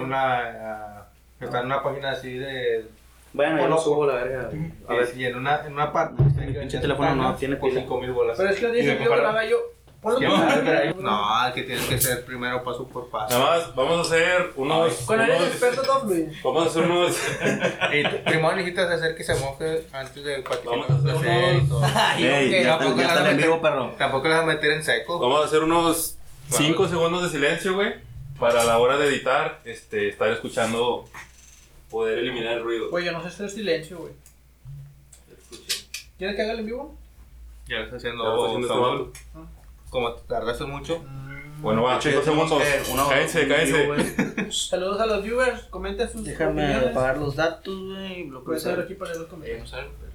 está en una página así de... Bueno, yo lo subo la verga. A ver, y en una parte... Mi pinche teléfono no tiene por pila. 5,000 bolas. Pero es que no tiene sentido que lo haga yo. No, que tienes que ser primero paso por paso. Nada más, vamos a hacer unos... Cuando eres experto, todo fluye. Vamos a hacer unos... Primero necesitas hacer que se moje antes de Vamos a hacer hacer y todo. Ey, ya están en vivo, perro. Tampoco le vas a meter en seco. Vamos a hacer unos 5 segundos de silencio, güey. Para a la hora de editar, estar escuchando, poder eliminar el ruido. Güey, yo no sé hacer silencio, güey. ¿Quieres que haga el en vivo? Ya lo está haciendo, Ya lo está haciendo Saúl. Como te tardaste mucho. Bueno, va, 5 segundos. Cállese. Saludos a los viewers, comenten sus Déjame opiniones. apagar los datos, güey. Voy a estar aquí para leer los comentarios.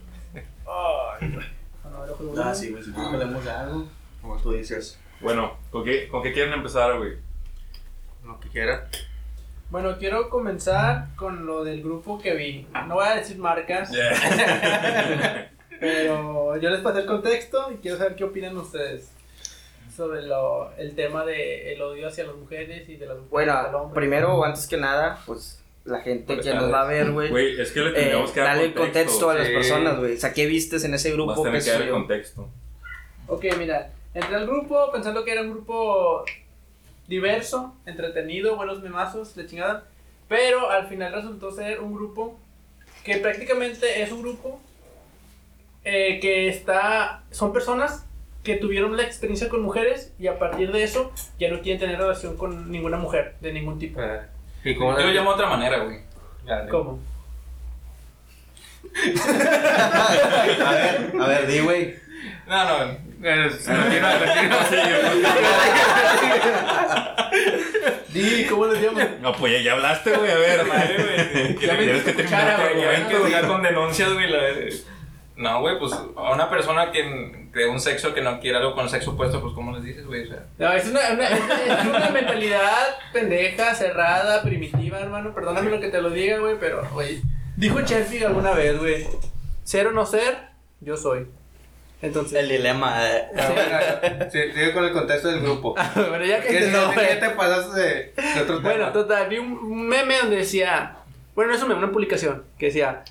Sí, güey, si tú hablamos de algo, como tú dices. Bueno, ¿con qué quieren empezar, güey? Lo que quieras. Bueno, quiero comenzar con lo del grupo que vi. No voy a decir marcas, pero yo les pasé el contexto y quiero saber qué opinan ustedes sobre el tema del odio hacia las mujeres y de las mujeres al Bueno, hombre. primero, antes que nada, pues la gente que nos va a ver, güey. Güey, es que le tendríamos que dar dale el contexto a las sí. personas, güey. O sea, ¿qué vistes en ese Vas grupo? a tener ¿Qué que dar sé el yo? contexto. Ok, mira, entré al grupo pensando que era un grupo diverso, entretenido, buenos memazos, de chingada. Pero al final resultó ser un grupo que prácticamente es un grupo son personas que tuvieron la experiencia con mujeres y a partir de eso ya no quieren tener relación con ninguna mujer de ningún tipo. ¿Y Yo lo llamo de otra manera, güey. ¿Cómo? A ver, di, güey. No. Di, ¿cómo les llamo? No, pues ya hablaste, güey, a ver. Ya me Tienes que terminar tu güey. Ya ven que argumento. venga con denuncias, güey. No, güey, pues a una persona de un sexo que no quiere algo con el sexo opuesto, pues ¿cómo les dices, güey? O sea, No, es una mentalidad pendeja, cerrada, primitiva, hermano. Perdóname lo que te lo diga, güey, pero, güey. Dijo Chelsea alguna vez, güey. Ser o no ser, yo soy. Entonces. El dilema. Sigue con el contexto del grupo. Bueno, ya que ¿Qué no, te pasaste de otro tema? bueno, total, vi un meme donde decía. Bueno, no es un meme, una publicación que decía.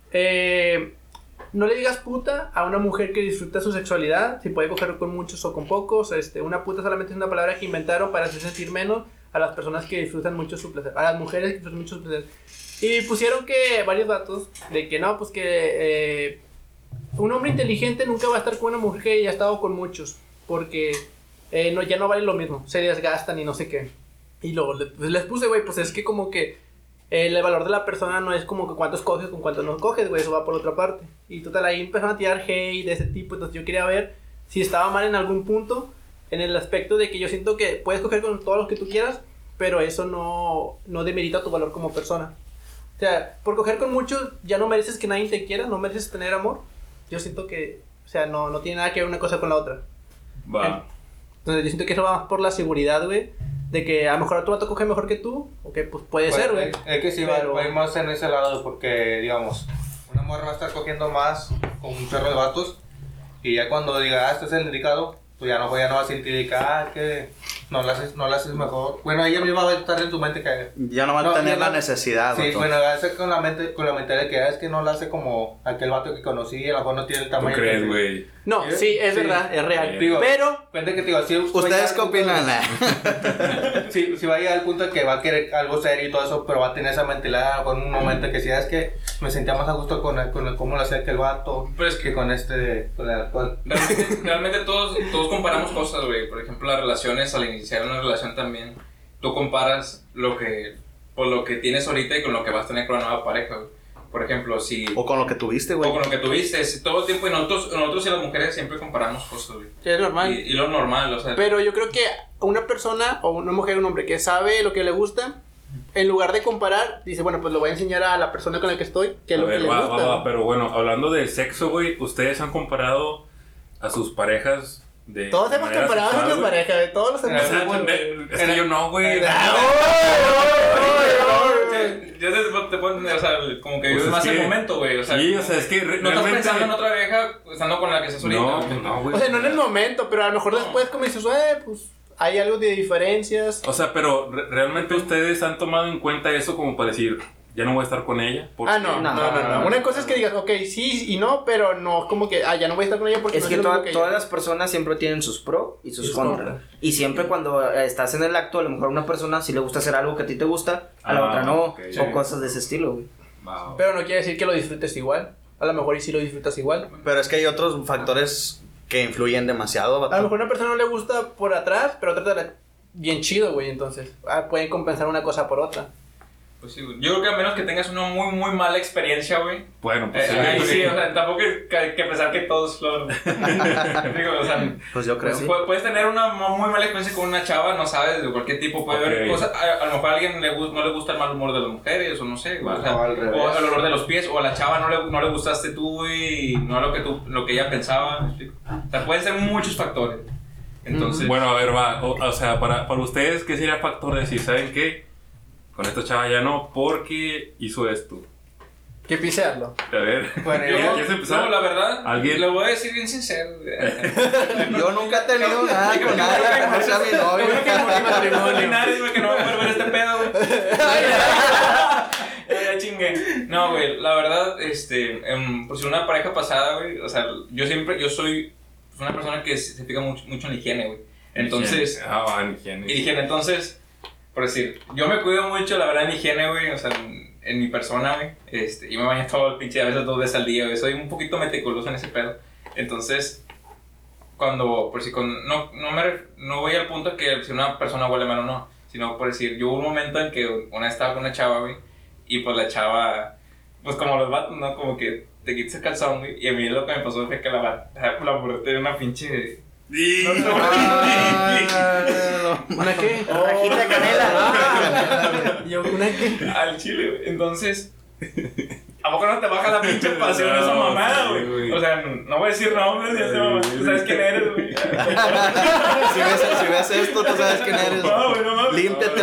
No le digas puta a una mujer que disfruta su sexualidad, si puede coger con muchos o con pocos. Una puta solamente es una palabra que inventaron para hacer sentir menos a las personas que disfrutan mucho su placer, a las mujeres que disfrutan mucho su placer. Y pusieron que varios datos de que no, pues que un hombre inteligente nunca va a estar con una mujer que ya ha estado con muchos, porque ya no vale lo mismo, se desgastan y no sé qué. Y luego les puse, güey, pues es que como que el valor de la persona no es como que cuántos coges con cuántos no coges, güey, eso va por otra parte. Y total, ahí empezaron a tirar hate de ese tipo, entonces yo quería ver si estaba mal en algún punto, en el aspecto de que yo siento que puedes coger con todos los que tú quieras, pero eso no demerita tu valor como persona. O sea, por coger con muchos ya no mereces que nadie te quiera, no mereces tener amor. Yo siento que, o sea, no tiene nada que ver una cosa con la otra. Va. Entonces yo siento que eso va más por la seguridad, güey, de que a lo mejor a tu vato coge mejor que tú, o que pues puede ser, güey. Es que sí, Pero- va a ir más en ese lado porque, digamos, una morra va a estar cogiendo más con un chorro de vatos y ya cuando diga, este es el indicado, pues ya no va a sentir que no lo haces mejor. Bueno, ella misma va a estar en tu mente que... Ya no van a tener la necesidad, Sí, vato. bueno, va a ser con la mentalidad de que es que no lo hace como aquel vato que conocí, a lo mejor no tiene el ¿Tú tamaño. crees, que- güey? No, sí, es verdad, es real. Digo, Pero depende que te digo, si ¿Ustedes qué opinan? Si va a llegar al punto de que va a querer algo serio y todo eso, pero va a tener esa mentalidad con un momento que si es que me sentía más a gusto con el cómo lo hacía aquel vato Pero es que con con el actual. realmente todos comparamos cosas, güey. Por ejemplo, las relaciones, al iniciar una relación también, tú comparas lo que tienes ahorita y con lo que vas a tener con la nueva pareja, güey. Por ejemplo, si... O con lo que tuviste, güey. O con lo que tuviste, todo el tiempo, y nosotros y las mujeres siempre comparamos cosas, güey. es normal. Y lo normal, o sea... Pero yo creo que una persona, o una mujer o un hombre que sabe lo que le gusta, en lugar de comparar, dice, bueno, pues lo voy a enseñar a la persona con la que estoy, que es A lo que ver, le gusta. va, pero bueno, hablando de sexo, güey, ¿ustedes han comparado a sus parejas de Todos hemos manera comparado a sexual, nuestras güey? parejas, todos los hemos... O sea, es que yo no, güey. Ya te pones, o sea, como que Pues vives es más que- el momento, güey. O sea, Sí, o sea, es que no estás realmente... pensando en otra vieja estando con la que estás ahorita. No, güey. no, güey. O sea, no en el momento, pero a lo mejor después como dices, pues hay algo de diferencias. O sea, pero realmente ustedes han tomado en cuenta eso como para decir, ya no voy a estar con ella. Porque... No. Una cosa es que digas, ok, sí y no, pero no como que, ya no voy a estar con ella porque Es no que es lo mismo que todas ella. las personas siempre tienen sus pros y sus Sus contras. contras. Y siempre cuando estás en el acto, a lo mejor a una persona sí le gusta hacer algo que a ti te gusta, a la otra no, ok. o cosas de ese estilo, güey. Wow. Pero no quiere decir que lo disfrutes igual. A lo mejor y sí lo disfrutas igual. Pero es que hay otros factores que influyen demasiado, vato. A lo mejor a una persona no le gusta por atrás, pero trata bien chido, güey. Entonces, pueden compensar una cosa por otra. Pues sí, güey. Yo creo que a menos que tengas una muy, muy mala experiencia, güey. Bueno, pues Ahí sí, o sea, tampoco hay que pensar que todo es flor. Digo, o sea, Pues yo creo. puedes tener una muy mala experiencia con una chava, no sabes, de cualquier tipo. Puede haber Ok. cosas, a lo mejor a alguien no le gusta el mal humor de las mujeres, o no sé, güey, o sea, O al revés. o el olor de los pies, o a la chava no le gustaste tú, güey, y no lo que ella pensaba, ¿me explico? O sea, pueden ser muchos factores. Entonces, Bueno, a ver, va. O sea, para ustedes, ¿qué sería factor de decir, ¿saben qué? Con esta chava ya no, porque hizo esto. Que pisearlo. A ver, Bueno, ¿quieres empezar? no, la verdad, ¿Alguien? le voy a decir bien sincero. Yo nunca he tenido nada con nadie que no sea mi novio. Que no voy a poder ver este pedo, güey. Ya chingué. No, güey, la verdad, por si una pareja pasada, güey, o sea, yo soy una persona que se fija mucho en la higiene, güey. Entonces, higiene, entonces, por decir, yo me cuido mucho, la verdad, en higiene, güey, o sea, en mi persona, güey, y me baño todo el pinche, a veces 2 veces al día, güey, soy un poquito meticuloso en ese pedo. Entonces, no voy al punto de que si una persona huele mal o no, sino por decir, yo hubo un momento en que una vez estaba con una chava, güey, y pues la chava, pues como los vatos, ¿no? Como que te quitas el calzón, güey, y a mí lo que me pasó fue que la mujer tenía una pinche... ¿Una qué? Rajita de canela. Yo, ¿una qué? Al chile, güey. Entonces, ¿a poco no te baja la pinche pasión esa mamada, güey? O sea, no voy a decir nombres ni esa mamada. Tú sabes quién eres, güey. Si ves esto, tú sabes quién eres. No, güey, no mames. Límpiate.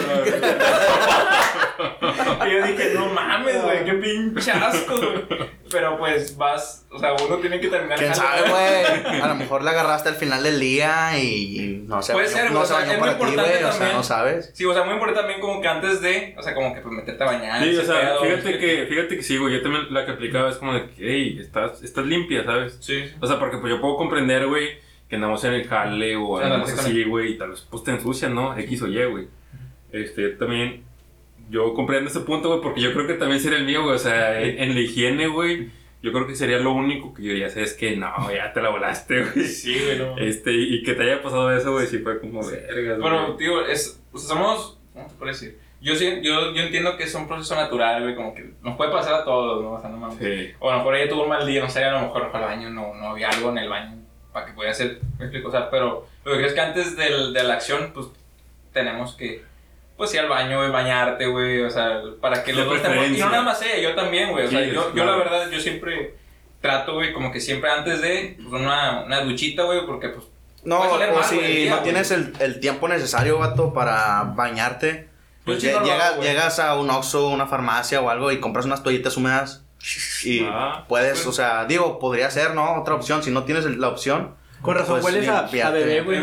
Y yo dije, no mames, güey, qué pinche asco, güey. Pero pues o sea, uno tiene que terminar. ¿Quién sabe, güey? A lo mejor la agarraste al final del día y no se Puede bañó, ser, no o se sea, bañó es muy para ti, importante güey. O sea, también. no sabes. Sí, o sea, muy importante también como que antes de, o sea, como que pues meterte a bañar. Sí, o ese sea, pedo, fíjate que sí, güey, yo también la que aplicaba es como de que, hey, estás limpia, ¿sabes? Sí. O sea, porque pues yo puedo comprender, güey, que andamos en el jale o Sí, andamos ándale, así, güey, y tal vez pues te ensucian, ¿no? X o Y, güey. También, yo comprendo ese punto, güey, porque yo creo que también sería el mío, güey, o sea, en la higiene, güey, yo creo que sería lo único que yo diría, es que no, ya te la volaste, güey. Sí, güey, no. Y que te haya pasado eso, güey, sí fue como vergas, Bueno, güey. tío, o sea, somos, ¿cómo te puedo decir? Yo entiendo que es un proceso natural, güey, como que nos puede pasar a todos, ¿no? O sea, no mames. Sí. O a lo mejor ella tuvo un mal día, no sé, a lo mejor al baño no había algo en el baño para que pudiera hacer, me explico, o sea, pero lo que creo es que antes de la acción, pues, tenemos que, pues, ir al baño, güey, bañarte, güey, o sea, para que De los dos estemos, y preferencia. no nada más ella, yo también, güey, o sea, Sí, yo claro. la verdad, yo siempre trato, güey, como que siempre antes de, pues, una duchita, güey, porque, pues, No, puedes oler o mal, si güey, el día, no güey. tienes el tiempo necesario, vato, para bañarte, pues Yo sí no lo hago, güey. llegas a un Oxxo, una farmacia o algo y compras unas toallitas húmedas y puedes, pues- o sea, digo, podría ser, ¿no? Otra opción, si no tienes la opción. Con razón pues, hueles a limpiarte. bebé, güey.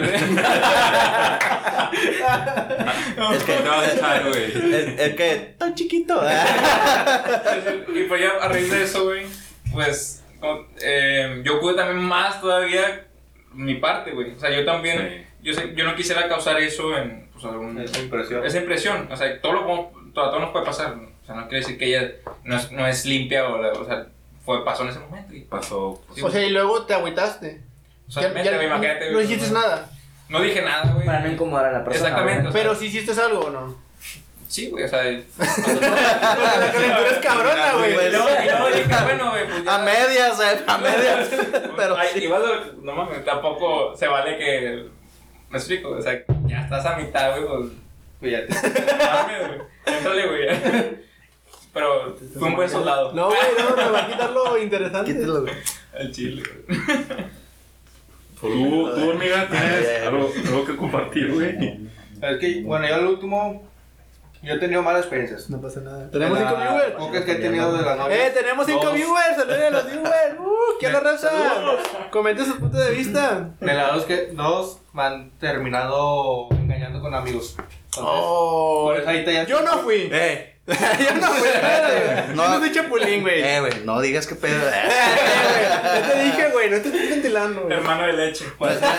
Es que, Te vas a echar, güey. es que, tan chiquito. Y pues ya a raíz de eso, güey, pues yo pude también más todavía mi parte, güey. O sea, yo también, yo no quisiera causar eso en, pues, Esa impresión. esa impresión. O sea, todo nos puede pasar. O sea, no quiere decir que ella no es limpia o sea, pasó en ese momento. Y, Pasó. sí, O sea, y luego te agüitaste. o sea, güey, imagínate, no güey, dijiste nada. No dije nada, güey. Para no incomodar a la persona. Exactamente. O sea, Pero si hiciste algo o no. sí, güey, o sea. La calentura es cabrona, güey. Y luego dije, bueno, güey, pues ya. A medias, a medias. Pero Ay, sí. igual, no mames, tampoco se vale que. Me explico, o sea, ya estás a mitad, güey, pues. Fíjate. Mames, güey. Éntrale, güey. Pero fue un buen soldado. No, güey, no, me va a quitar lo interesante. Quítalo, güey. Al chile, güey. Tú, amiga, tienes Ay, algo que compartir, güey. Es que, bueno, yo al último, yo he tenido malas experiencias. No pasa nada. Tenemos De 5 las viewers. pocas que he tenido de la novia. Tenemos 5 Dos. viewers. Saludos a los viewers. ¿Qué onda, raza? Comenten su punto de vista. De las dos me han terminado saliendo con amigos. Entonces, Oh, por eso ahorita ya... yo no fui. Yo no fui. No. Yo no soy chapulín, güey. Güey, no digas que pedo. Ya te dije, güey, no te estoy ventilando, güey. Hermano de leche. Por eso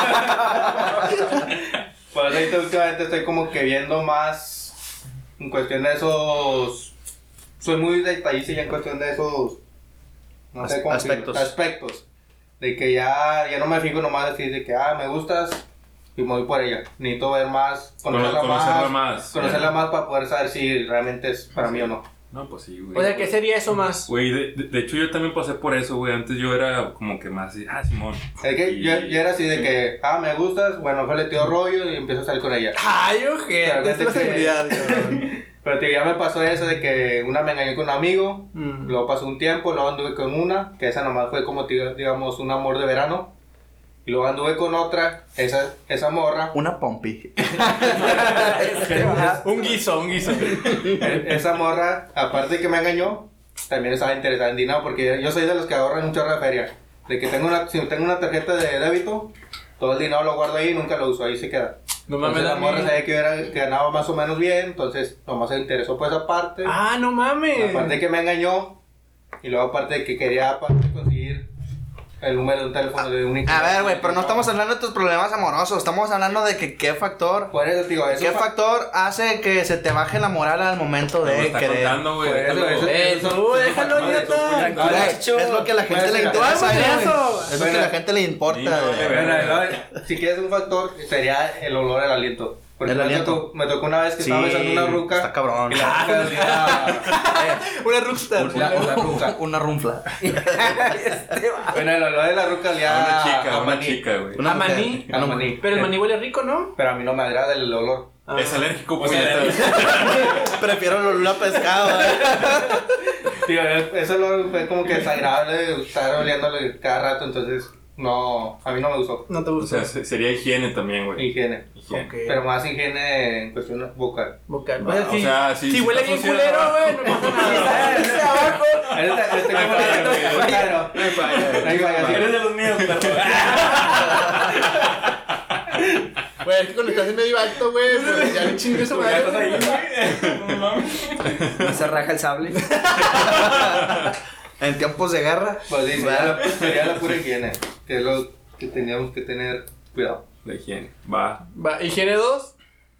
ahorita últimamente estoy como que viendo más en cuestión de esos... Soy muy detallista ya en cuestión de esos... No sé cómo Aspectos. decirlo, aspectos. De que ya no me fijo nomás así de que, me gustas y me voy por ella. Necesito ver más, conocerla más. Conocerla más para poder saber si realmente es para mí o no. No, pues sí, güey. O sea, ¿qué sería eso más? Güey, de hecho yo también pasé por eso, güey. Antes yo era como que más así, Simón. Es que Y- yo era así de que, me gustas, bueno, le tiro rollo y empiezo a salir con ella. Ay, ojete, Pero esta es la que- seguridad, cabrón. Pero tío, ya me pasó eso de que una me engañó con un amigo, luego pasó un tiempo, luego anduve con una, que esa nomás fue como, digamos, un amor de verano. Y luego anduve con otra, esa morra, Una pompi. Un guiso. esa morra, aparte de que me engañó, también estaba interesada en dinero, porque yo soy de los que ahorran un chorro de feria. De que si tengo una tarjeta de débito, todo el dinero lo guardo ahí y nunca lo uso, ahí se queda. No mames, Entonces la morra Dani. sabía que ganaba más o menos bien, entonces nomás se interesó por esa parte. Ah, no mames. Aparte de que me engañó, y luego aparte de que quería aparte conseguir el número de un teléfono de un... A ver, güey, pero no estamos hablando de tus problemas amorosos. Estamos hablando de que qué factor... Por eso, digo, eso ¿Qué factor hace que se te baje la moral al momento Me de está querer? contando, güey. Por eso, déjalo. Tú, déjalo, idiota. Güey, es lo que a la gente le interesa, Vamos, güey. eso. Es lo que a la gente le importa, Sí, no, güey. Bueno, si quieres un factor, sería el olor del aliento. Porque El aliento. me tocó una vez que estaba besando una ruca. está cabrón. Y la ruca olía- Una rockstar. la ruca. Una runfla. Bueno, el olor de la ruca olía a Una maní. chica, güey. Una ¿A mujer. maní? A maní. Pero el maní huele rico, ¿no? Pero a mí no me agrada el olor. Ah. Es alérgico, O sea, puñetas. Prefiero el olor a pescado, güey. Tío, ese olor fue como que desagradable estar oliéndole cada rato, entonces no, a mí no me gustó. No te O gusta. sea, sería higiene también, güey. Higiene. Higiene. Ok. Pero más higiene en cuestión vocal. Vocal. Va, o sea, si si huele está bien sucio, culero, ¿no? güey, no pasa nada. Desde abajo. No hay falla, sí. Eres de los míos, perro. Güey, es que cuando estás en medio alto, güey, pues ya le chingue esa Ya estás ahí, madre. güey. No mames. No se raja el sable. En tiempos de guerra. Pues sí, sería la pura higiene, que es lo que teníamos que tener cuidado. La higiene. Va. Va, higiene 2.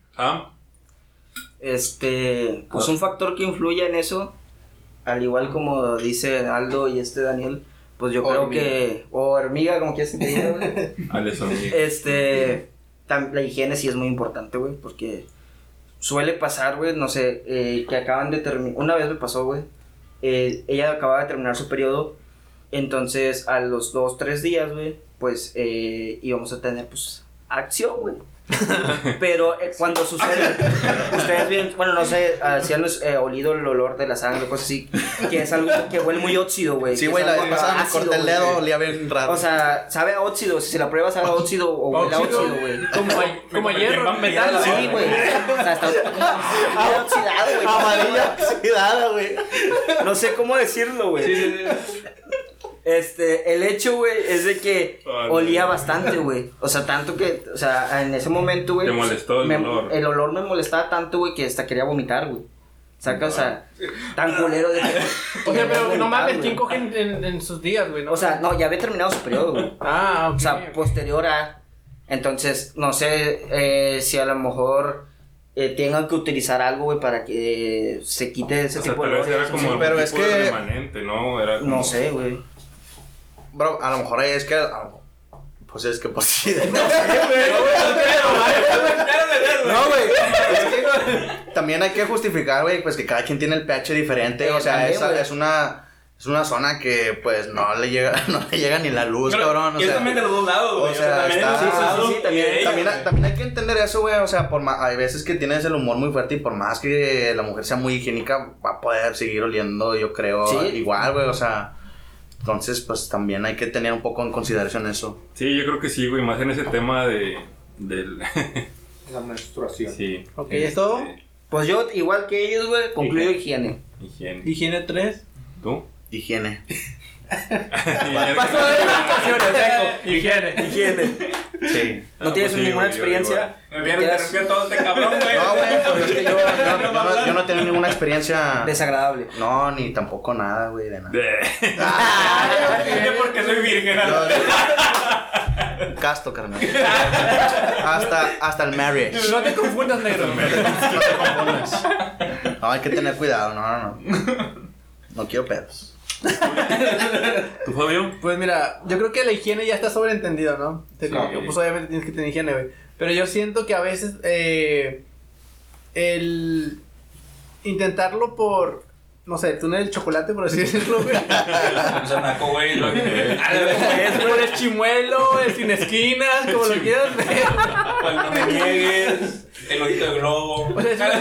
Pues un factor que influye en eso, al igual como dice Aldo y Daniel, pues yo creo Hormiga. que, o hormiga, como quieras que te diga, güey. Alex Hormiga. La higiene sí es muy importante, güey, porque suele pasar, güey, no sé, que acaban de terminar, una vez me pasó, güey, ella acababa de terminar su periodo, entonces a los 2-3 días, güey, pues íbamos a tener, pues, acción, güey. Pero cuando sucede, ustedes bien, bueno, no sé si han olido el olor de la sangre, cosas así, que es algo que huele muy óxido, güey. Sí, que güey, es la algo vez pasada me ácido, corté el güey. dedo, olía bien raro. O sea, sabe a óxido, si se la prueba sabe a óxido o huele a óxido, güey. Como hierro, metal. Sí, güey. O sea, está oxidado, güey. amarilla oxidada, güey. No sé cómo decirlo, güey. El hecho, güey, es de que Ay, olía no. bastante, güey. O sea, tanto que, o sea, en ese momento, güey. Te molestó el olor. El olor me molestaba tanto, güey, que hasta quería vomitar, güey. Saca, o sea, tan culero de que. O sea, pero no vomitar, mames, güey. ¿quién coge en sus días, güey? ¿no? O sea, no, ya había terminado su periodo, güey. Ah, ok. O sea, posterior a. Entonces, no sé si a lo mejor tengan que utilizar algo, güey, para que se quite ese O sea, tipo de tal vez era olores. como Sí, pero un es tipo de que- remanente, ¿no? Era como... No sé, güey. Bro, a lo mejor es que... Pues es que pues sí. No, güey. Es que también hay que justificar, güey, pues que cada quien tiene el pH diferente. O sea, también, esa güey. es una zona que pues no le llega ni la luz, Pero cabrón. O yo sea, también de los dos lados, güey. o sea, también está- de los dos lados, sí, también- y ella, güey. también hay que entender eso, güey. O sea, hay veces que tienes el humor muy fuerte y por más que la mujer sea muy higiénica, va a poder seguir oliendo, yo creo, Sí. igual, güey. O sea, entonces, pues también hay que tener un poco en consideración eso. Sí, yo creo que sí, güey, más en ese tema del... La menstruación. sí. Ok, ¿es todo? Pues yo, igual que ellos, güey, concluyo higiene. Higiene. Higiene 3. ¿Tú? Higiene. Paso de vacaciones, higiene. Sí. ¿No tienes pues sí, ninguna güey, experiencia? Me vieron interrumpir todo este cabrón, güey. No, güey, pues es que yo no tengo ninguna experiencia. Desagradable. No, ni tampoco nada, güey, de nada. Dije porque soy virgen. Casto, carnal. Hasta el marriage. No te confundas, negro. No te confundas. No, hay que tener cuidado, no. No quiero pedos. ¿Tú, Fabio? Pues mira, yo creo que la higiene ya está sobreentendido, ¿no? Sí. Pues obviamente tienes que tener higiene, güey. Pero yo siento que a veces el intentarlo por, no sé, túnel del chocolate, por así decirlo, güey. Un zanaco, güey. Es por el chimuelo, el sin esquinas, como lo quieras ver. No me niegues. El ojito de globo. O sea,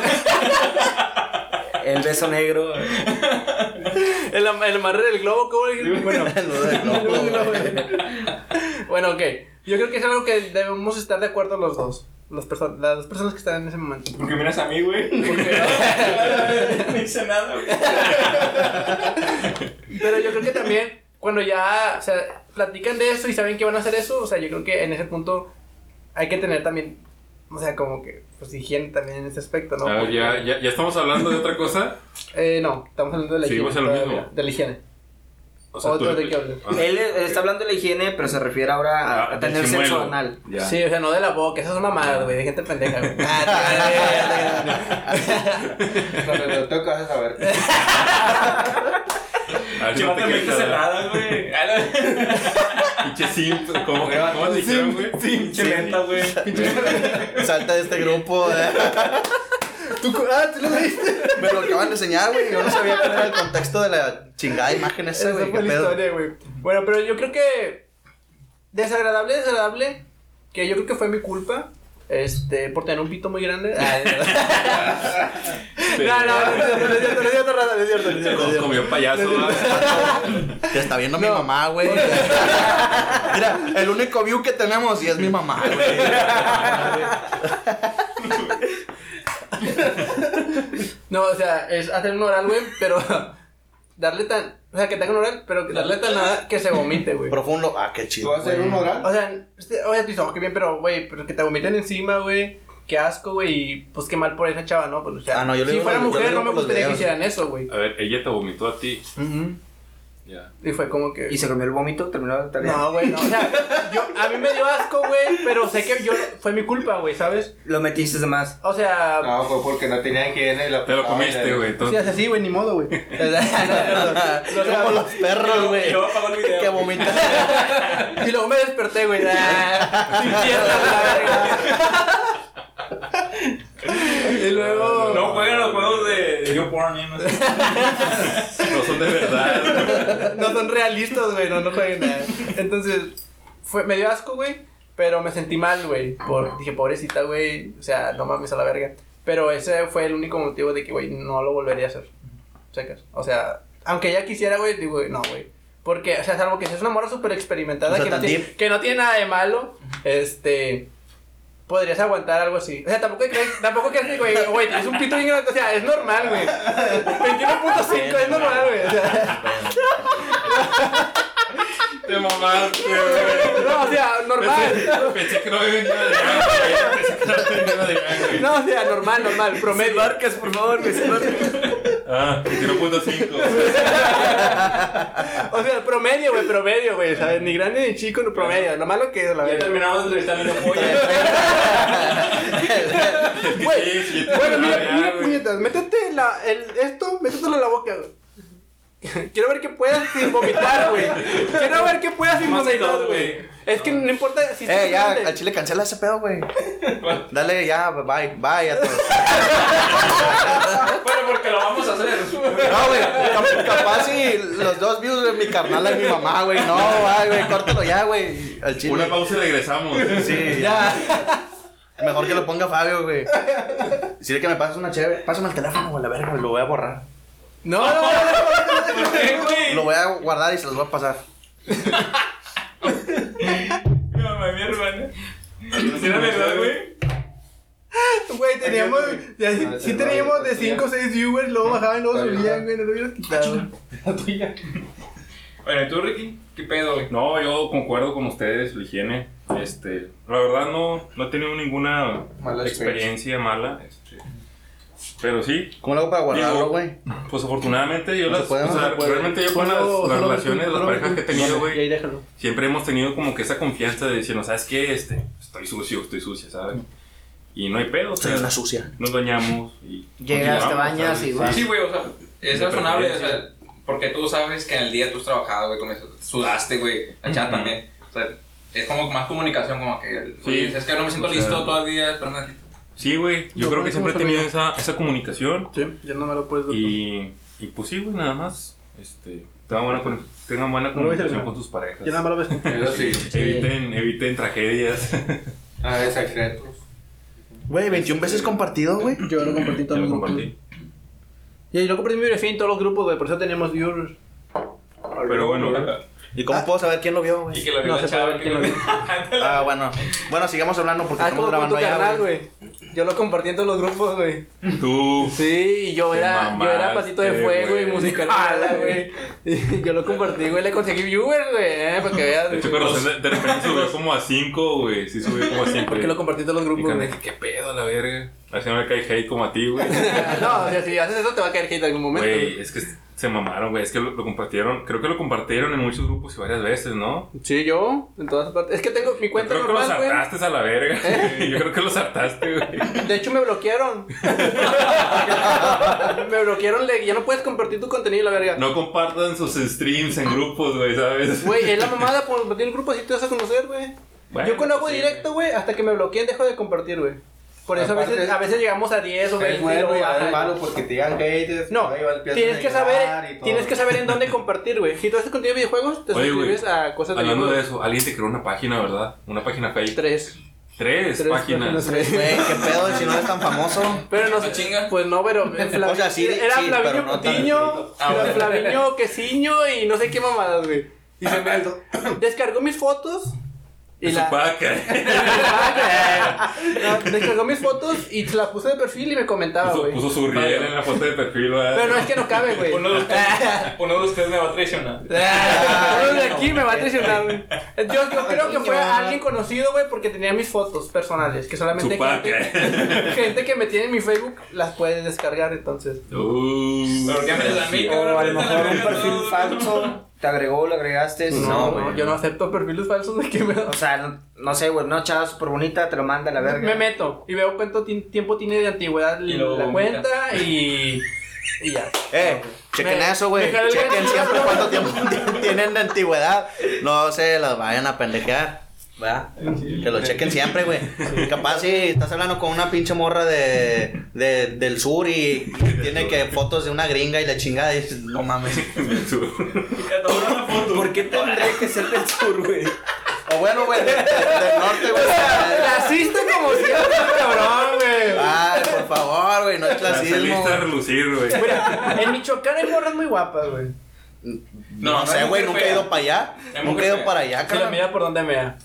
El beso negro. el amarre del globo, ¿cómo le dijiste? Bueno, Lo del globo, güey. bueno, ok. Yo creo que es algo que debemos estar de acuerdo los dos. Las dos personas que están en ese momento. ¿Por qué miras a mí, güey? Porque, No hice nada, güey. pero yo creo que también, cuando ya, o sea, platican de eso y saben que van a hacer eso, o sea, yo creo que en ese punto hay que tener también, o sea, como que, pues, higiene también en ese aspecto, ¿no? A ver, Porque- ya estamos hablando de otra cosa. No, estamos hablando de la higiene. Seguimos en lo todavía, mismo. de la higiene. O sea, ¿Otro tú- de qué hablas? Ah, Él está hablando de la higiene, pero se refiere ahora a del tener sexo chimuelo. anal. Ya. Sí, o sea, no de la boca, esas son mamadas, güey, de gente pendeja, güey. No, tengo que hacer saber. A ver si no te Mente quejas. cerrada, güey. Pinche simp. ¿Cómo te dijeron, güey? Pinche menta, güey. Salta de este grupo. ¿Tú lo viste? Me lo acaban de enseñar, güey. Yo no sabía cuál era el contexto de la chingada imagen esa, Esa güey. fue ¿Qué la pedo? historia, güey. Bueno, pero yo creo que desagradable, que yo creo que fue mi culpa, por tener un pito muy grande. No es cierto. Comió payaso. Te está viendo mi mamá, güey. Mira, el único view que tenemos y es mi mamá, güey. No, o sea, es hacer un oral, güey, pero darle tan, o sea, que te haga un oral, pero darle tan nada que se vomite, güey. Profundo. Ah, qué ¿Tú chido. vas a hacer un oral? O sea, oye, tú dices, oh, qué bien, pero, güey, pero que te vomiten encima, güey. Qué asco, güey, y pues qué mal por esa chava, ¿no? Pues, o sea, Ah, no, yo le si digo fuera yo le mujer, digo no me por los gustaría que videos. hicieran eso, güey. A ver, ella te vomitó a ti. Ya. Y fue como que... Y se comió el vómito, terminó la tarea. No, güey, no. O sea, a mí me dio asco, güey, pero sé que fue mi culpa, güey, ¿sabes? Lo metiste de más. O sea, No, fue porque no tenía higiene y la Te lo comiste, güey. si Entonces, haces así, güey, ni modo, güey. O sea, Como los perros, güey. Yo apago el video. Que vomitan. y luego me desperté, güey. Sin piernas, la verga. Y luego... No jueguen los juegos de YouPorn, ¿eh? No sé. no son de verdad. No son realistas, güey, no jueguen nada. Entonces, me dio asco, güey, pero me sentí mal, güey. Dije, pobrecita, güey, o sea, no mames a la verga. Pero ese fue el único motivo de que, güey, no lo volvería a hacer. ¿Secas? O sea, aunque ella quisiera, güey, digo, no, güey. Porque, o sea, salvo que seas una morra súper experimentada, O sea, que, tan deep. que no tiene nada de malo, podrías aguantar algo así. O sea, tampoco crees, güey, tienes un pito bien grande, o sea, es normal, güey. 21.5 es normal, güey, o sea. Te mamaste, güey. No, o sea, normal. Pensé que no me venía de allá, güey. Pensé que no me venía de allá, güey. No, o sea, normal, promedio. Marcas, por favor, güey. Ah, 21.5. O sea, promedio, güey, ¿sabes? Ni grande ni chico, ni promedio. Lo malo que es, la Ya verdad. terminamos de entrevistar a mi pollo. Güey, bueno, mira, puñetas, métetelo en la boca, güey. Quiero ver que puedas sin vomitar, güey. Quiero ver que puedas sin Más vomitar, dos, güey. güey. Es que no importa si Ya, grande. al chile cancela ese pedo, güey. Dale, ya, bye a todos. Bueno, porque lo vamos a hacer. No, güey, capaz si los dos views de mi carnal y mi mamá, güey. No, güey, córtalo ya, güey. Al chile. Una pausa y regresamos. Sí, Ya. mejor que lo ponga Fabio, güey. Decirle que me pases una chévere. Pásame el teléfono, güey, la verga, lo voy a borrar. No. ¿Por qué, güey? Lo voy a guardar y se los voy a pasar. Mi mamá y mi hermana. ¿Sí era verdad, güey? Güey, teníamos. Sí teníamos de 5 o 6 viewers, luego bajaban y luego subían, güey. No lo hubieras quitado. Bueno, ¿y tú, Ricky? ¿Qué pedo, güey? No, yo concuerdo con ustedes, la higiene. La verdad no he tenido ninguna Mala experiencia mala. Pero sí, ¿Cómo lo hago para guardarlo, Digo, güey? pues afortunadamente yo No se las, puede, o no sea, se puede. realmente yo con las relaciones, las parejas que he tenido, Y ahí güey, déjalo. siempre hemos tenido como que esa confianza de decir, no, ¿sabes qué? Estoy sucia, ¿sabes? Y no hay pedo, o Soy sea, una sucia. nos bañamos y Llegas, te continuamos, bañas ¿sabes? y vas. Sí, güey, o sea, es De razonable, o preferencia. sea, porque tú sabes que en el día tú has trabajado, güey, con eso, sudaste, güey, la chava Ujú. también. O sea, es como más comunicación, como que, Sí, oye, es que no me siento o sea, listo todavía, pero no. Sí, güey, yo No, creo que no, siempre he ¿cómo tenido esa comunicación Sí, ya no me lo puedes ver. y pues sí, güey, nada más, tengan buena No lo comunicación ves, con sus parejas. Ya nada más lo ves. Eso sí. Eviten tragedias. A ver, secretos. Güey, 21 veces compartido, güey. Yo lo compartí en Ya todos lo los grupos. compartí. Y lo compartí en mi perfil en todos los grupos, güey. Por eso teníamos viewers. Pero bueno, ¿Y cómo puedo saber quién lo vio, güey? Y que lo vio No la se puede chava, ver que quién lo lo vio. Ah, bueno. Bueno, sigamos hablando porque Ah, estamos como con tu grabando canal, ya, güey. güey. Yo lo compartí en todos los grupos, güey. tú. Sí, y yo Te era mamaste, patito de fuego y güey. musicalala, güey. Y yo lo compartí, güey. Le conseguí viewers, güey. Para que veas. De hecho, güey. conocer de repente subió como a 5, güey. Sí, subió como a 5. Porque lo compartí en todos los Y grupos, cuando güey. dije, ¿qué pedo la verga? A ver si no me cae hate como a ti, güey. No, o sea, si haces eso te va a caer hate en algún momento. Güey, es que se mamaron, güey. Es que lo compartieron. Creo que lo compartieron en muchos grupos y varias veces, ¿no? Sí, yo, en todas partes. Es que tengo mi cuenta Yo creo que los normal, güey. hartaste a la verga. Yo creo que los hartaste, güey. De hecho, me bloquearon. Me bloquearon, ya no puedes compartir tu contenido, la verga. No compartan sus streams en grupos, güey, ¿sabes? Güey, es la mamada por compartir en grupos así te vas a conocer, güey. Bueno, Yo cuando hago sí, directo, güey, hasta que me bloqueen dejo de compartir, güey. Por eso Aparte, a veces llegamos a 10 o 20 Es bueno y luego es baja. malo porque te digan haters. No, ahí empiezan tienes a que llorar saber, y todo. tienes que saber en dónde compartir, güey. Si tú haces contenido de videojuegos, te Oye, suscribes güey, a cosas de Hablando de videojuegos. eso, alguien te creó una página, ¿verdad? Una página fake. 3 Tres páginas. Güey, qué pedo, si no eres tan famoso. Pero no ¿No sé, chinga? pues no, pero O sea, sí, era sí, Flaviño pero no tan Putiño, Ah, era bueno. Flaviño Quesiño y no sé qué mamadas, güey. Y se me descargó mis fotos y Es su la paca. No, descargó mis fotos y se las puse de perfil y me comentaba, güey. Puso su riel en la foto de perfil, ¿verdad? Pero no es que no cabe, güey. Uno de ustedes me va a traicionar. Uno de aquí me va a traicionar, güey. Yo creo que fue alguien conocido, güey, porque tenía mis fotos personales, que solamente Su paca. gente que me tiene en mi Facebook las puede descargar, entonces. Pero ¿qué me das a mí, cabrón? O a lo mejor un perfil falso te agregó, lo agregaste. No, güey. yo no acepto perfiles falsos de que me O sea, no sé, güey, una chava súper bonita te lo manda a la verga. me meto y veo cuánto tiempo tiene de antigüedad Y luego la vomita. cuenta y ya. Chequen Me- eso, güey. me jalé el Chequen gancho. siempre cuánto tiempo tienen de antigüedad. No se las vayan a pendejear. ¿Verdad? Que lo chequen siempre, güey. Capaz si estás hablando con una pinche morra del sur y tiene que fotos de una gringa y la chingada y dices, no mames. ¿Por qué tendría que ser del sur, güey? O bueno, güey, del norte, güey. Clasista como siempre, cabrón, güey. Ay, por favor, güey, no es La clasismo. saliste a güey. relucir, güey. Mira, en Michoacán hay morras muy guapas, güey. No sé, hay güey, mujer nunca he fea. ido para allá. Hay Nunca mujer he ido fea. para allá, Si la cabrón. mira por donde mea.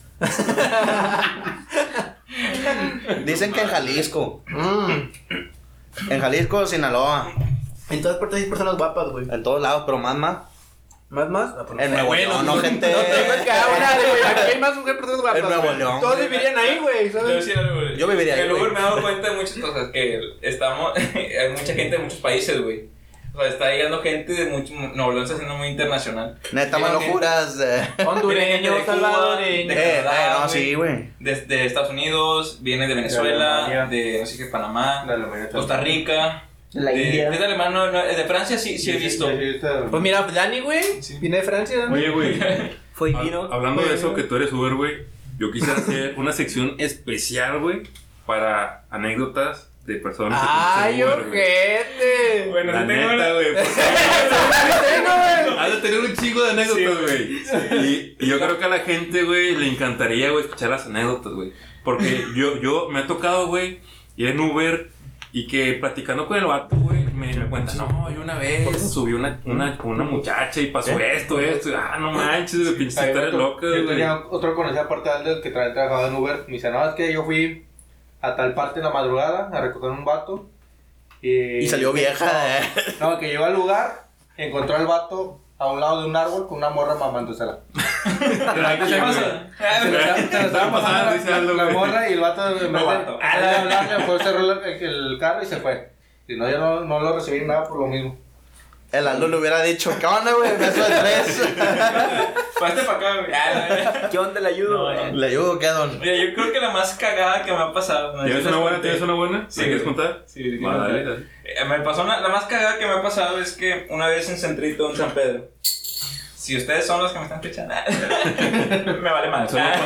Dicen que en Jalisco. En Jalisco, Sinaloa. En todas partes hay personas guapas, güey. En todos lados, pero más. ¿Más? En Nuevo León, no, gente. No tengo acá una de, güey. Aquí hay más personas guapas. En Nuevo güey. León, Todos güey. vivirían ahí, güey. Yo ¿sabes? sí, güey. Yo viviría ahí, En luego güey. me he dado cuenta de muchas cosas, que estamos, hay mucha gente de muchos países, güey. O sea, está llegando gente de mucho, Nuevo León está siendo muy internacional. Neta, me Llega lo gente juras. Hondureño, de Cuba, salvadoreño. de Canadá, No, güey. sí, güey. De Estados Unidos, viene de Venezuela, Alemania. de no sé qué, Panamá, De Alemania Costa Rica. De la India. De alemán, de Francia sí he visto. Pues mira, Dani, güey. Sí. Viene de Francia, Dani. Oye, güey. Fue divino. Hablando de eso, que tú eres Uber, güey. Yo quisiera hacer una sección especial, güey, para anécdotas de personas que ¡Ay, conocen Uber, güey. ojete! Bueno, La sí tengo neta, una- güey. Tengo, güey. Has de tener un chingo de anécdotas, güey. Y yo creo que a la gente, güey, le encantaría, güey, escuchar las anécdotas, güey. Porque yo me ha tocado, güey, ir en Uber y que platicando con el vato, güey, me cuenta, no, yo una vez subí una muchacha y pasó esto. Y, no manches, güey, pinches historias locas, Yo güey. tenía otro conocido aparte del que también trabajaba en Uber. Me dice, no, es que yo fui a tal parte en la madrugada a recoger un vato. Y salió vieja, No, que llegó al lugar, encontró al vato a un lado de un árbol con una morra mamándosela. ¿Qué pasa? Se lo estaba pasando dice Aldo, la güey. morra y el vato en vez de hablarle, fue cerró el carro y se fue. Si no, yo no lo recibí nada por lo mismo. El Aldo le hubiera dicho, ¿qué onda, güey? Beso de 3. Pasaste para acá, güey. ¿Qué onda le ayudo? No, ¿Le ayudo o qué, don? Mira, yo creo que la más cagada que me ha pasado. ¿no? ¿Tienes una buena? ¿Tienes una buena? Sí, ¿Me quieres güey. contar? Sí, Va, dale, dale. Me pasó la más cagada que me ha pasado es que una vez en Centrito, en San Pedro. Si ustedes son los que me están escuchando, me vale mal.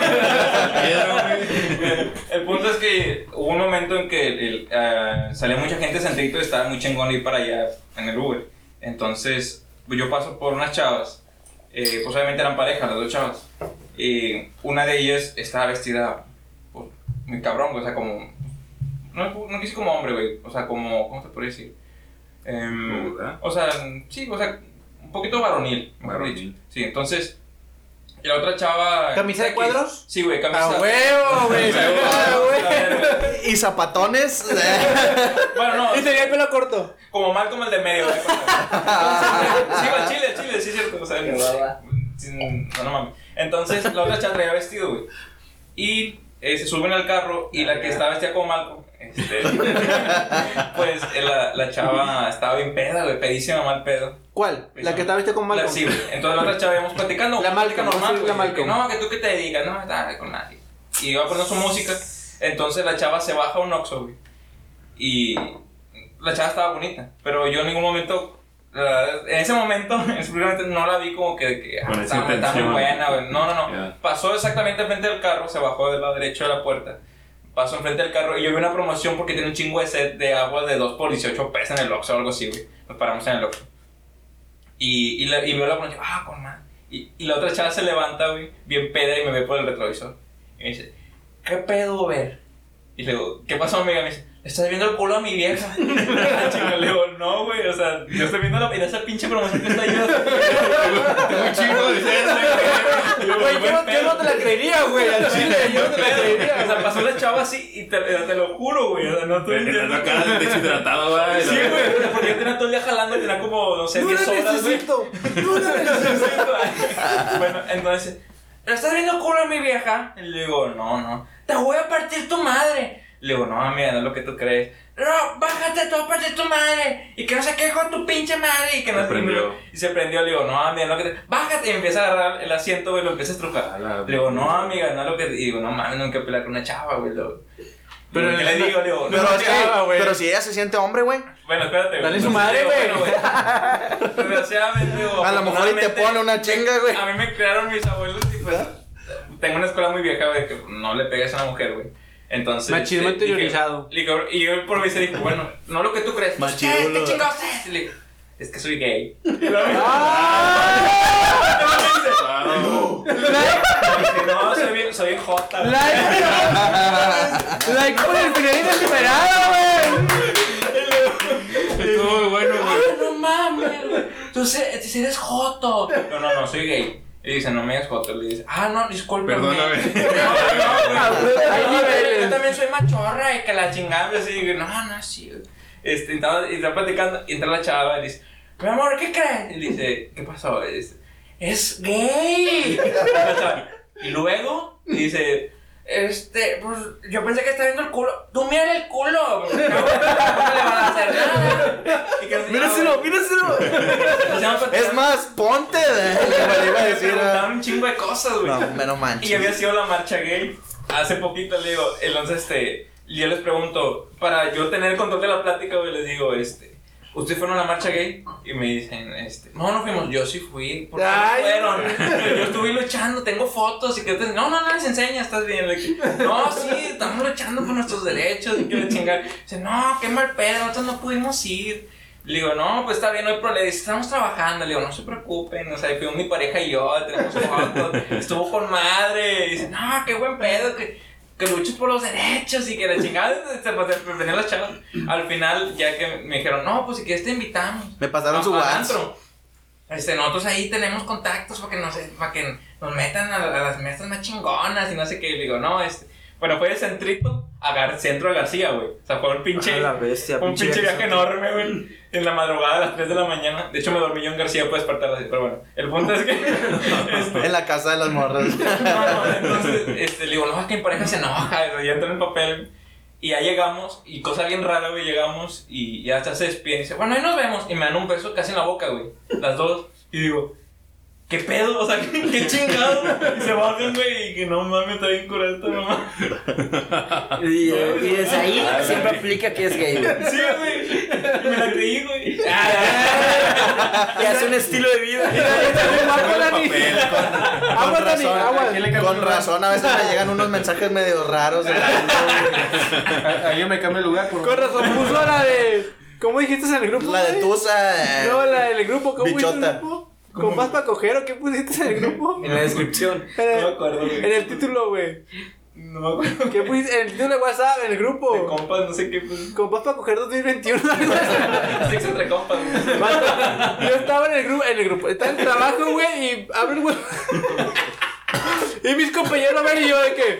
El punto es que hubo un momento en que salía mucha gente de Centrito y estaba muy chingón ir para allá en el Uber. Entonces, yo paso por unas chavas, pues obviamente eran pareja, las dos chavas. Y una de ellas estaba vestida, pues, muy cabrón, güey, o sea, como... No quise como hombre, güey, o sea, como... ¿Cómo se puede decir? ¿Verdad? O sea, sí, o sea, un poquito varonil, mejor Varonil. dicho. Sí, entonces... Y la otra chava... ¿Camisa de X. cuadros? Sí, güey, camisa... ¡A huevo, güey! ¿Y zapatones? Bueno, no, Y tenía el pelo corto. como mal como el de medio, güey. Entonces, sí, al chile, sí es cierto, o sea... No mames. Entonces, la otra chava traía vestido, güey. Y se suben al carro y la que estaba vestida como Malcolm, pues la chava estaba bien peda, güey, pedísima, mal pedo. ¿Cuál? ¿La que estaba vestida con Malcolm? Sí, güey. Entonces la otra chava íbamos platicando. La Malcolm, normal, sí, güey, la de Malcolm. que, no, que tú que te dedicas, no, está con nadie. Y iba a poner su música. Entonces la chava se baja a un Oxxo, güey. Y la chava estaba bonita, pero yo en ningún momento... en ese momento, simplemente no la vi como que Con esa está muy intención. buena, güey. No. Ya. Pasó exactamente enfrente del carro, se bajó del lado derecho de la puerta. Pasó enfrente del carro y yo vi una promoción porque tiene un chingo de set de agua de 2 por 18 pesos en el Oxxo o algo así, güey. Nos paramos en el Oxxo. Y veo la promoción, con madre. Y la otra chava se levanta, güey, bien peda y me ve por el retrovisor. Y me dice, ¿qué pedo, ver? Y le digo, ¿qué pasó, amiga? Me dice, ¿estás viendo el culo a mi vieja? Le digo, no, güey, o sea, yo estoy viendo esa pinche promoción que está ahí. Muy chido, Güey, yo no te la creería, güey. Al chile, yo no te la O creería. sea, pasó la chava así y te lo juro, güey. O sea, no estoy Teniendo entendiendo. cara de deshidratado, güey. Sí, güey, porque yo tenía todo el día jalando, tenía como, no sé, No 10 la horas, güey. necesito. No la necesito. Bueno, entonces, ¿le estás viendo culo a mi vieja? Y le digo, no, te voy a partir tu madre. Le digo, no, amiga, no es lo que tú crees. No, bájate, te voy a partir tu madre. Y que no se queje con tu pinche madre. Y que no Se prendió. Y se prendió, le digo, no, amiga, no es lo que te... Bájate. Y empieza a agarrar el asiento, güey, lo empieza a estrujar. Le digo, no, amiga, no es lo que... Y digo, no mames, no hay que pelear con una chava, güey. Pero ¿qué le digo? Le digo, Pero, no, pero si ella se siente hombre, güey. bueno, espérate, güey. Dale su madre, güey. Desgraciadamente, digo, A lo mejor y te afortunadamente, pone una chinga, güey. A mí me crearon mis abuelos y pues tengo una escuela muy vieja, güey, que no le pegues a una mujer, güey. Entonces, Machismo dije- interiorizado. y yo por mí se dijo, bueno, no lo que tú crees. Machismo, ¿Qué ¿no? chingados es? Le digo, es que soy gay. No, soy bien jota. güey. Like por el final inesperado, güey. Estuvo muy bueno, güey. Ay, no mames, güey. Tú eres joto. No, soy gay. Y dice, no me digas joto. Le dice, no, discúlpame. Perdóname. Hay niveles. Yo también soy machorra y que la chingada. Y así, no, sí. Y está platicando y entra la chava y dice, mi amor, ¿qué crees? Y le dice, ¿qué pasó? Y dice, es gay. La chava, y luego dice, pues yo pensé que estaba viendo el culo. Tú mira el culo. No le van a hacer nada. Y que Míraselo. Es más, ponte. Le iba a decir. preguntaban un chingo de cosas, güey. No, menos manches. Y había sido la marcha gay hace poquito, le digo, entonces yo les pregunto, para yo tener el control de la plática, güey, les digo, ¿ustedes fueron a la marcha gay? Y me dicen, no fuimos, yo sí fui, ¿por qué no Ay, fueron? Yo estuve luchando, tengo fotos y que no les enseña, estás bien. No, sí, estamos luchando por nuestros derechos y que le chingar. Dice, no, qué mal pedo, nosotros no pudimos ir. Le digo, no, pues está bien, no hay problema. Dice, estamos trabajando. Le digo, no se preocupen. O sea, fuimos mi pareja y yo, tenemos fotos. Estuvo con madre. Dice, no, qué buen pedo, que luches por los derechos y que la chingada. Pues venían las chavas. Al final, ya que me dijeron, no, pues si quieres te invitamos. Me pasaron su al WhatsApp. antro. Nosotros ahí tenemos contactos para que nos metan a las mesas más chingonas y no sé qué. Le digo, no, bueno, Bueno, fue de Centrito a Centro de García, güey. O sea, fue un pinche... A la bestia, un pinche viaje viaje. enorme, güey. En la madrugada a las 3 de la mañana. De hecho, me dormí yo en García para despertar así. Pero bueno, el punto es que... En la casa de las morras. entonces, le digo, no, es que mi pareja se enoja, güey. Ya entra en el papel. Y ya llegamos, y cosa bien rara, güey, llegamos y ya hasta se despiden y dice, bueno, ahí nos vemos. Y me dan un beso casi en la boca, güey. Las dos. Y digo, ¿qué pedo? O sea, ¿qué chingado? Y se bajan, güey, y que no mames, está bien curada esta mamá. Y desde ahí siempre aplica que es gay, güey. Sí, güey. Y me la creí, güey. Y hace un estilo de vida. Con razón, a veces me llegan unos mensajes medio raros. Alguien me cambia el lugar, por Con razón puso la de. ¿Cómo dijiste en el grupo? La de güey? Tusa. No, la del grupo, ¿cómo dijiste en el Bichota. grupo? ¿Con más para coger o qué pusiste en el grupo? En la descripción. En No me acuerdo, güey. en el título, güey. No me acuerdo. ¿Qué pusiste? En el título de WhatsApp, en el grupo. De compas, no sé qué, pues. Con más para coger 2021. Sexo entre compas, güey. Yo estaba en el grupo, estaba en el trabajo, güey, y abre el güey. Y mis compañeros ven y yo de que.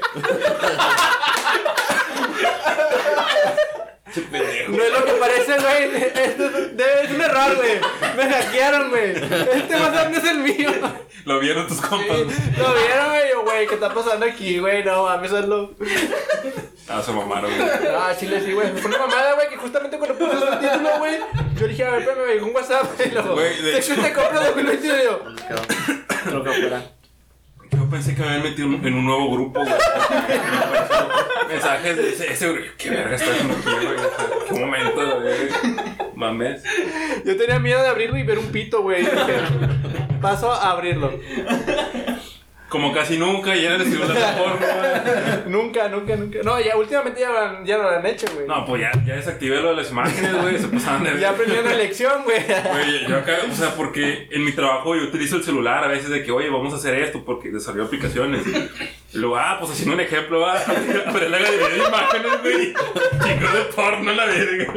No es lo que parece, güey. Esto es un error, güey. Me hackearon, güey. Este WhatsApp no es el mío. Lo vieron tus compas. Lo vieron, güey. Yo, güey, ¿qué está pasando aquí, güey? No mames, hazlo. Ah, se mamaron, güey. Ah, chile, sí, güey. Fue una mamada, güey, que justamente cuando puse este título, güey, yo dije, a ver, espérame, me llegó un WhatsApp, güey. Güey, de Sexo te compra 2021 y yo. Creo que fuera. Yo pensé que me habían metido en un nuevo grupo, güey. Mensajes de ese grupo. ¿Qué verga está haciendo aquí, güey? ¿Qué momento, güey? Mames. Yo tenía miedo de abrirlo y ver un pito, güey. Y dije, paso a abrirlo. Como casi nunca, ya en el celular de porno, güey. Nunca. No, ya últimamente ya lo han hecho, güey. No, pues ya desactivé lo de las imágenes, güey. Se pasaban de Ya aprendieron la lección, güey. Güey, yo acá, o sea, porque en mi trabajo yo utilizo el celular a veces de que, oye, vamos a hacer esto porque desarrolló aplicaciones. Y luego, pues haciendo un ejemplo, abrir la galería de imágenes, güey. Chicos de porno, la verga.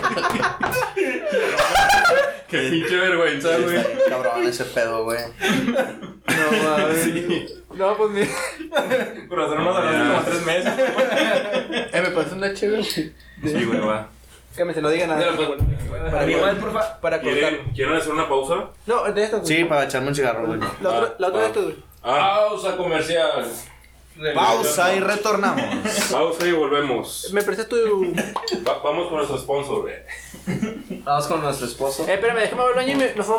Qué pinche vergüenza, güey. Cabrón ese pedo, güey. No, mames. Sí. No, pues mira. Pero hacer unos hace como 3 meses. Me pasó una chévere. Sí, güey, va. Que me se lo digan a Para igual, por favor. para cortarlo. ¿Quieren hacer una pausa? No, de esto, güey. Sí, para echarme un cigarro, güey. La otra de esto, güey. Pausa comercial. Pausa y retornamos. Pausa y volvemos. Me prestas tu. Vamos con nuestro sponsor, güey. Vamos con nuestro esposo. Espérame, déjame ver el baño y nos vamos.